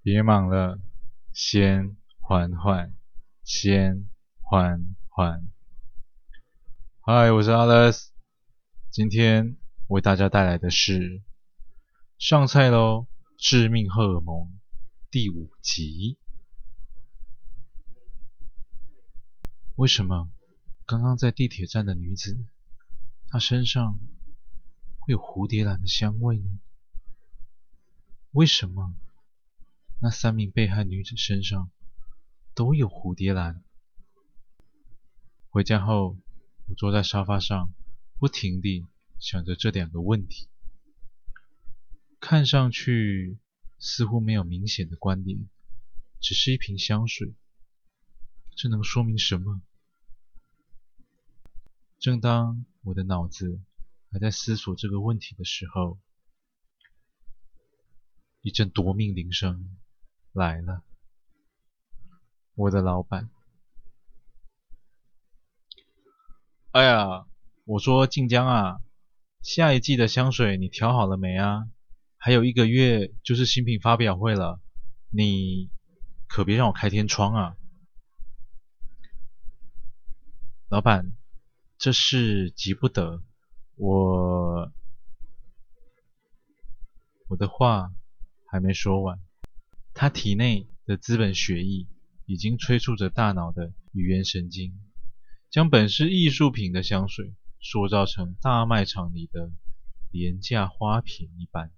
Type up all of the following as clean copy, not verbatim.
别忙了，先缓缓，先缓缓。嗨，我是 Alex，今天为大家带来的是上菜喽，致命荷尔蒙第5集。为什么刚刚在地铁站的女子，她身上会有蝴蝶兰的香味呢？为什么那3名被害女子身上都有蝴蝶兰？回家后，我坐在沙发上，不停地想着这2个问题。看上去似乎没有明显的关联，只是一瓶香水，这能说明什么？正当我的脑子还在思索这个问题的时候，一阵夺命铃声来了。我的老板，哎呀，我说晋江啊，下一季的香水你调好了没啊？还有1个月就是新品发表会了，你可别让我开天窗啊！老板，这事急不得，我的话还没说完，他体内的资本血液已经催促着大脑的语言神经，将本是艺术品的香水塑造成大卖场里的廉价花瓶一般。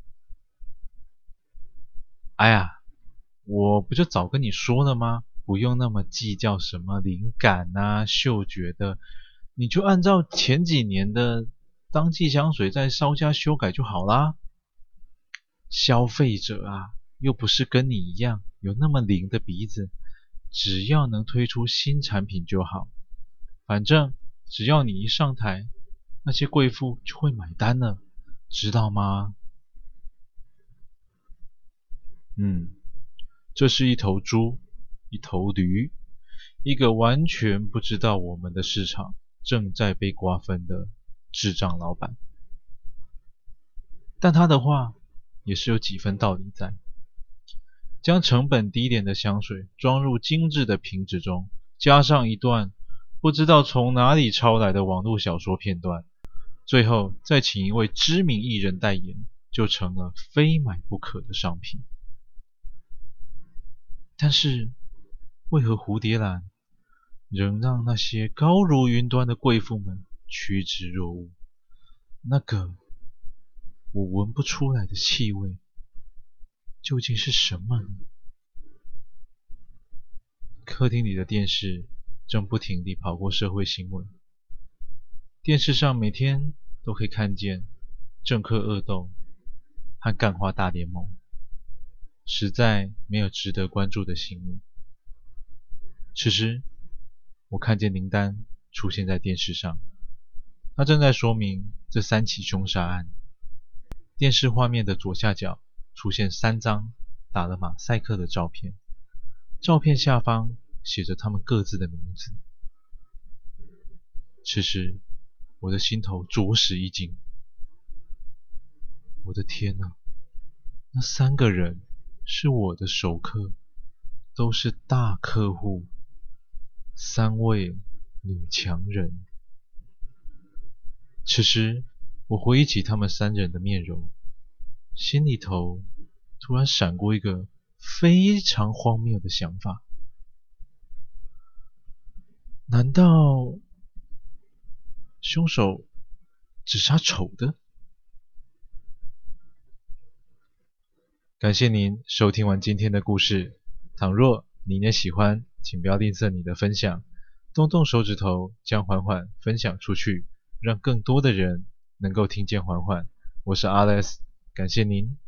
哎呀，我不就早跟你说了吗？不用那么计较什么灵感啊、嗅觉的，你就按照前几年的当季香水再稍加修改就好啦。消费者啊，又不是跟你一样有那么灵的鼻子，只要能推出新产品就好。反正只要你一上台，那些贵妇就会买单了，知道吗？这是一头猪，一头驴，一个完全不知道我们的市场正在被瓜分的智障老板。但他的话也是有几分道理在。将成本低廉的香水装入精致的瓶子中，加上一段不知道从哪里抄来的网络小说片段，最后再请一位知名艺人代言，就成了非买不可的商品。但是为何蝴蝶兰仍让那些高如云端的贵妇们趋之若鹜？那个我闻不出来的气味究竟是什么呢？客厅里的电视正不停地跑过社会新闻，电视上每天都可以看见政客恶斗和干化大联盟，实在没有值得关注的新闻。此时，我看见名单出现在电视上，它正在说明这3起凶杀案。电视画面的左下角出现3张打了马赛克的照片，照片下方写着他们各自的名字。此时，我的心头着实一惊。我的天哪，那3个人是我的熟客，都是大客户，3位女强人。此时，我回忆起他们3人的面容，心里头突然闪过一个非常荒谬的想法：难道凶手只杀丑的？感谢您收听完今天的故事，倘若您也喜欢，请不要吝啬你的分享，动动手指头将缓缓分享出去，让更多的人能够听见缓缓。我是 Alex，感谢您。